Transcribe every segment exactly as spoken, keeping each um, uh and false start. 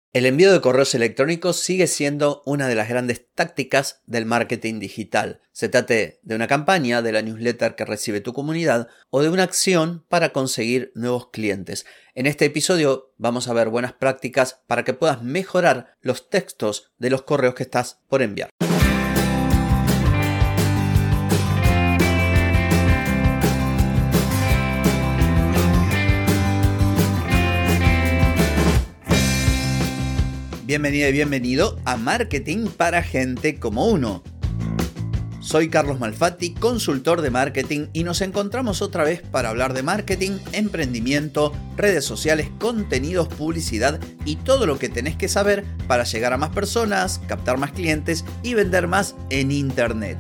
El envío de correos electrónicos sigue siendo una de las grandes tácticas del marketing digital. Se trate de una campaña, de la newsletter que recibe tu comunidad o de una acción para conseguir nuevos clientes. En este episodio vamos a ver buenas prácticas para que puedas mejorar los textos de los correos que estás por enviar. Bienvenida y bienvenido a Marketing para Gente como Uno. Soy Carlos Malfatti, consultor de marketing, y nos encontramos otra vez para hablar de marketing, emprendimiento, redes sociales, contenidos, publicidad y todo lo que tenés que saber para llegar a más personas, captar más clientes y vender más en Internet.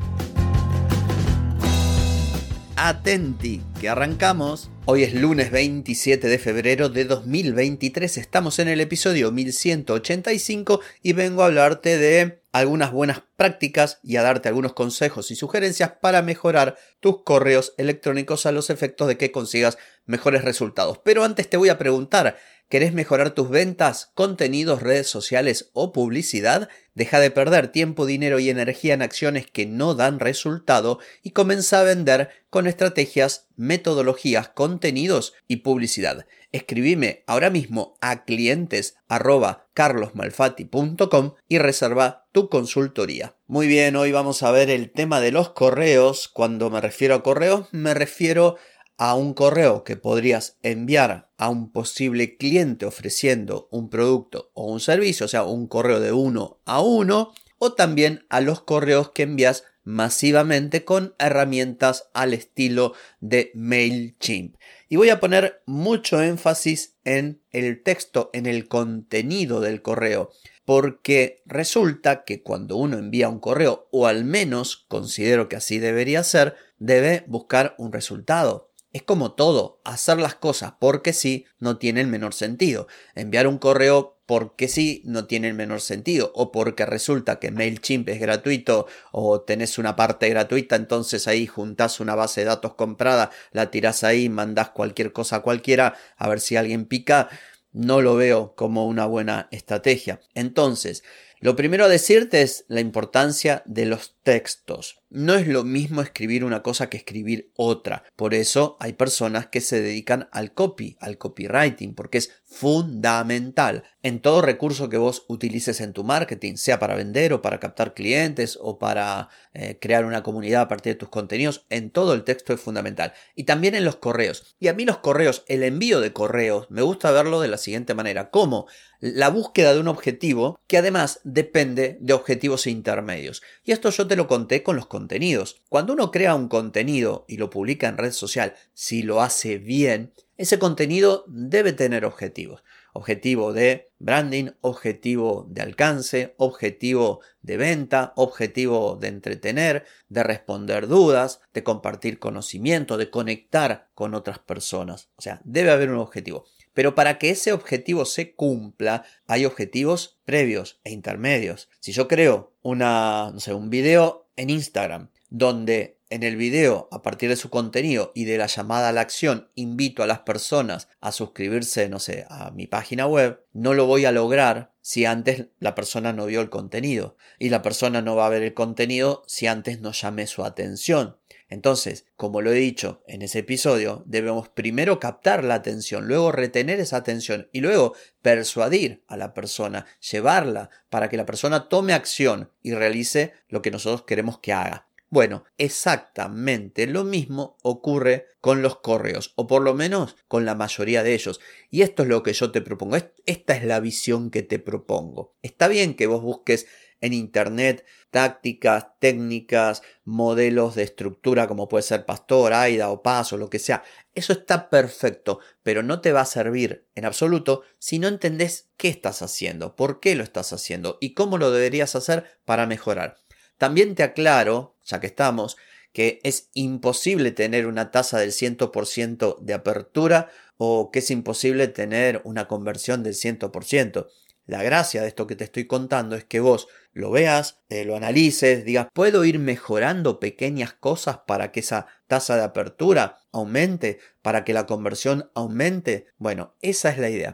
Atenti, que arrancamos. Hoy es lunes veintisiete de febrero de dos mil veintitrés, estamos en el episodio mil ciento ochenta y cinco y vengo a hablarte de algunas buenas prácticas y a darte algunos consejos y sugerencias para mejorar tus correos electrónicos a los efectos de que consigas mejores resultados. Pero antes te voy a preguntar, ¿querés mejorar tus ventas, contenidos, redes sociales o publicidad? Deja de perder tiempo, dinero y energía en acciones que no dan resultado y comienza a vender con estrategias, metodologías, contenidos y publicidad. Escribime ahora mismo a clientes arroba carlosmalfatti punto com y reserva tu consultoría. Muy bien, hoy vamos a ver el tema de los correos. Cuando me refiero a correos, me refiero a un correo que podrías enviar a un posible cliente ofreciendo un producto o un servicio, o sea, un correo de uno a uno, o también a los correos que envías masivamente con herramientas al estilo de MailChimp. Y voy a poner mucho énfasis en el texto, en el contenido del correo, porque resulta que cuando uno envía un correo, o al menos considero que así debería ser, debe buscar un resultado. Es como todo, hacer las cosas porque sí no tiene el menor sentido. Enviar un correo porque sí no tiene el menor sentido, o porque resulta que MailChimp es gratuito o tenés una parte gratuita, entonces ahí juntás una base de datos comprada, la tirás ahí, mandás cualquier cosa a cualquiera a ver si alguien pica. No lo veo como una buena estrategia. Entonces, lo primero a decirte es la importancia de los textos. No es lo mismo escribir una cosa que escribir otra. Por eso hay personas que se dedican al copy, al copywriting, porque es fundamental en todo recurso que vos utilices en tu marketing, sea para vender o para captar clientes o para eh, crear una comunidad a partir de tus contenidos. En todo el texto es fundamental. Y también en los correos. Y a mí los correos, el envío de correos, me gusta verlo de la siguiente manera. Como la búsqueda de un objetivo que además depende de objetivos intermedios. Y esto yo te lo conté con los contenidos. Cuando uno crea un contenido y lo publica en red social, si lo hace bien, ese contenido debe tener objetivos. Objetivo de branding, objetivo de alcance, objetivo de venta, objetivo de entretener, de responder dudas, de compartir conocimiento, de conectar con otras personas. O sea, debe haber un objetivo. Pero para que ese objetivo se cumpla, hay objetivos previos e intermedios. Si yo creo una, no sé, un video en Instagram, donde en el video, a partir de su contenido y de la llamada a la acción, invito a las personas a suscribirse, no sé, a mi página web, no lo voy a lograr si antes la persona no vio el contenido. Y la persona no va a ver el contenido si antes no llamé su atención. Entonces, como lo he dicho en ese episodio, debemos primero captar la atención, luego retener esa atención y luego persuadir a la persona, llevarla para que la persona tome acción y realice lo que nosotros queremos que haga. Bueno, exactamente lo mismo ocurre con los correos, o por lo menos con la mayoría de ellos. Y esto es lo que yo te propongo, esta es la visión que te propongo. Está bien que vos busques en internet tácticas, técnicas, modelos de estructura como puede ser Pastor, Aida o Paz o lo que sea. Eso está perfecto, pero no te va a servir en absoluto si no entendés qué estás haciendo, por qué lo estás haciendo y cómo lo deberías hacer para mejorar. También te aclaro, ya que estamos, que es imposible tener una tasa del cien por ciento de apertura o que es imposible tener una conversión del cien por ciento. La gracia de esto que te estoy contando es que vos lo veas, eh, lo analices, digas, ¿puedo ir mejorando pequeñas cosas para que esa tasa de apertura aumente, para que la conversión aumente? Bueno, esa es la idea.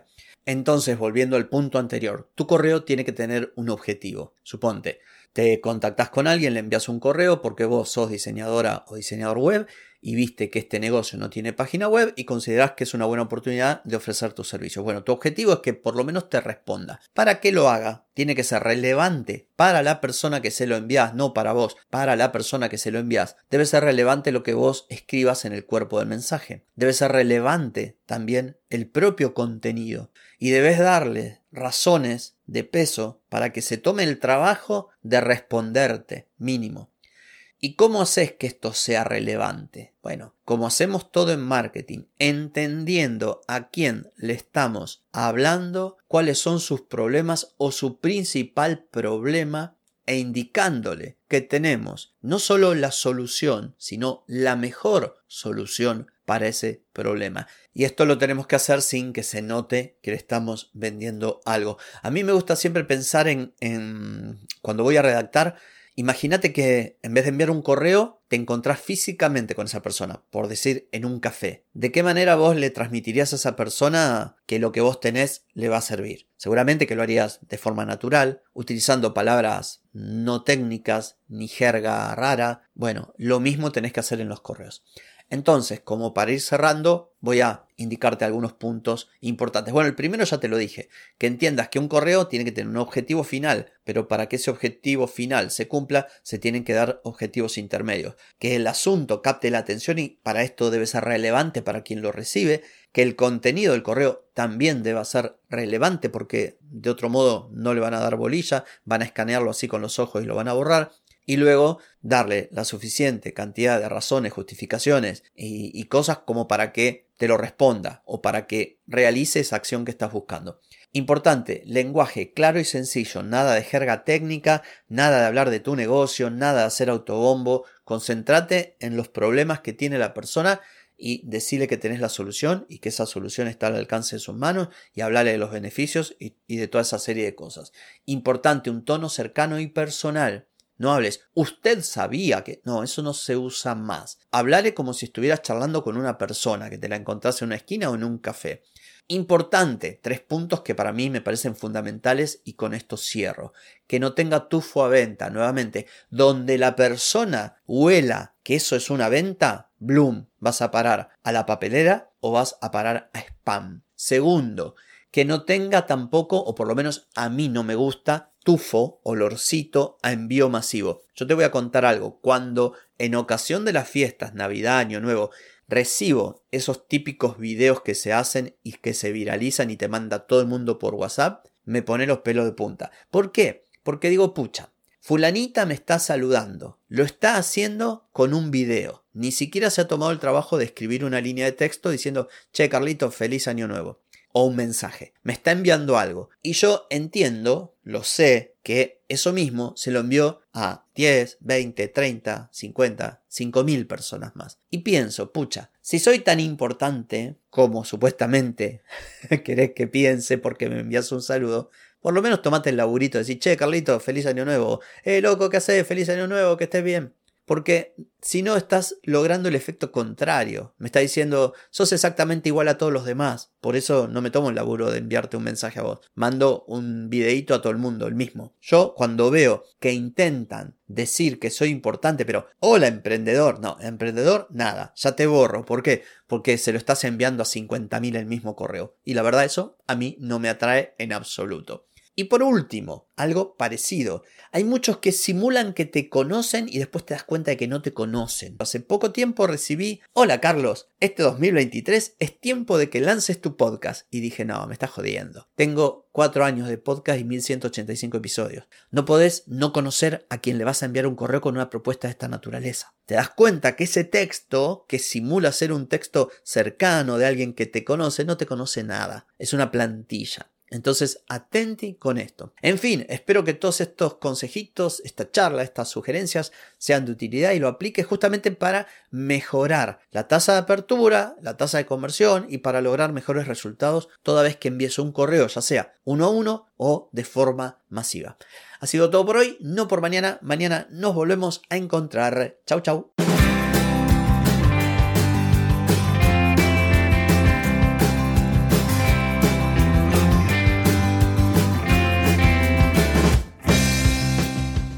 Entonces, volviendo al punto anterior, tu correo tiene que tener un objetivo. Suponte, te contactás con alguien, le envías un correo porque vos sos diseñadora o diseñador web y viste que este negocio no tiene página web y considerás que es una buena oportunidad de ofrecer tus servicios. Bueno, tu objetivo es que por lo menos te responda. Para que lo haga, tiene que ser relevante para la persona que se lo envías, no para vos, para la persona que se lo envías. Debe ser relevante lo que vos escribas en el cuerpo del mensaje. Debe ser relevante también el propio contenido. Y debes darle razones de peso para que se tome el trabajo de responderte, mínimo. ¿Y cómo haces que esto sea relevante? Bueno, como hacemos todo en marketing, entendiendo a quién le estamos hablando, cuáles son sus problemas o su principal problema e indicándole que tenemos no solo la solución, sino la mejor solución para ese problema. Y esto lo tenemos que hacer sin que se note que le estamos vendiendo algo. A mí me gusta siempre pensar en, en cuando voy a redactar. Imagínate que en vez de enviar un correo, te encontrás físicamente con esa persona, por decir, en un café. ¿De qué manera vos le transmitirías a esa persona que lo que vos tenés le va a servir? Seguramente que lo harías de forma natural, utilizando palabras no técnicas ni jerga rara. Bueno, lo mismo tenés que hacer en los correos. Entonces, como para ir cerrando, voy a indicarte algunos puntos importantes. Bueno, el primero ya te lo dije, que entiendas que un correo tiene que tener un objetivo final, pero para que ese objetivo final se cumpla, se tienen que dar objetivos intermedios. Que el asunto capte la atención y para esto debe ser relevante para quien lo recibe, que el contenido del correo también deba ser relevante porque de otro modo no le van a dar bolilla, van a escanearlo así con los ojos y lo van a borrar. Y luego darle la suficiente cantidad de razones, justificaciones y, y cosas como para que te lo responda o para que realice esa acción que estás buscando. Importante, lenguaje claro y sencillo, nada de jerga técnica, nada de hablar de tu negocio, nada de hacer autobombo. Concéntrate en los problemas que tiene la persona y decirle que tenés la solución y que esa solución está al alcance de sus manos y hablarle de los beneficios y, y de toda esa serie de cosas. Importante, un tono cercano y personal. No hables, usted sabía que... No, eso no se usa más. Hablale como si estuvieras charlando con una persona, que te la encontrás en una esquina o en un café. Importante, tres puntos que para mí me parecen fundamentales y con esto cierro. Que no tenga tufo a venta, nuevamente. Donde la persona huela que eso es una venta, bloom, vas a parar a la papelera o vas a parar a spam. Segundo, que no tenga tampoco, o por lo menos a mí no me gusta, tufo, olorcito a envío masivo. Yo te voy a contar algo. Cuando en ocasión de las fiestas, Navidad, Año Nuevo, recibo esos típicos videos que se hacen y que se viralizan y te manda todo el mundo por WhatsApp, me pone los pelos de punta. ¿Por qué? Porque digo, pucha, fulanita me está saludando. Lo está haciendo con un video. Ni siquiera se ha tomado el trabajo de escribir una línea de texto diciendo, che, Carlito, feliz Año Nuevo. O un mensaje. Me está enviando algo. Y yo entiendo, lo sé, que eso mismo se lo envió a diez, veinte, treinta, cincuenta, cinco mil personas más. Y pienso, pucha, si soy tan importante como supuestamente querés que piense porque me envías un saludo, por lo menos tomate el laburito de decir, che, Carlito, feliz Año Nuevo. Eh, loco, ¿qué haces? Feliz Año Nuevo, que estés bien. Porque si no estás logrando el efecto contrario. Me está diciendo, sos exactamente igual a todos los demás. Por eso no me tomo el laburo de enviarte un mensaje a vos. Mando un videíto a todo el mundo, el mismo. Yo cuando veo que intentan decir que soy importante, pero hola emprendedor. No, emprendedor, nada. Ya te borro. ¿Por qué? Porque se lo estás enviando a cincuenta mil el mismo correo. Y la verdad eso a mí no me atrae en absoluto. Y por último, algo parecido. Hay muchos que simulan que te conocen y después te das cuenta de que no te conocen. Hace poco tiempo recibí, hola Carlos, este dos mil veintitrés es tiempo de que lances tu podcast. Y dije, no, me estás jodiendo. Tengo cuatro años de podcast y mil ciento ochenta y cinco episodios. No podés no conocer a quien le vas a enviar un correo con una propuesta de esta naturaleza. Te das cuenta que ese texto, que simula ser un texto cercano de alguien que te conoce, no te conoce nada. Es una plantilla. Entonces, atenti con esto. En fin, espero que todos estos consejitos, esta charla, estas sugerencias sean de utilidad y lo apliques justamente para mejorar la tasa de apertura, la tasa de conversión y para lograr mejores resultados toda vez que envíes un correo, ya sea uno a uno o de forma masiva. Ha sido todo por hoy, no por mañana. Mañana nos volvemos a encontrar. Chau, chau.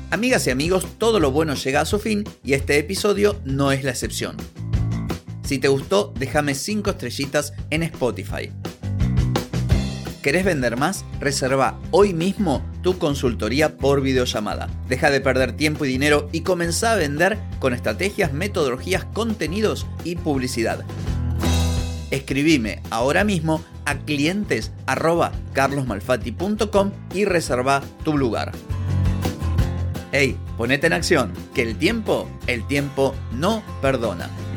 Amigas y amigos, todo lo bueno llega a su fin y este episodio no es la excepción. Si te gustó, déjame cinco estrellitas en Spotify. ¿Querés vender más? Reserva hoy mismo tu consultoría por videollamada. Deja de perder tiempo y dinero y comenzá a vender con estrategias, metodologías, contenidos y publicidad. Escribime ahora mismo a clientes arroba carlosmalfatti punto com y reserva tu lugar. Hey, ponete en acción, que el tiempo, el tiempo no perdona.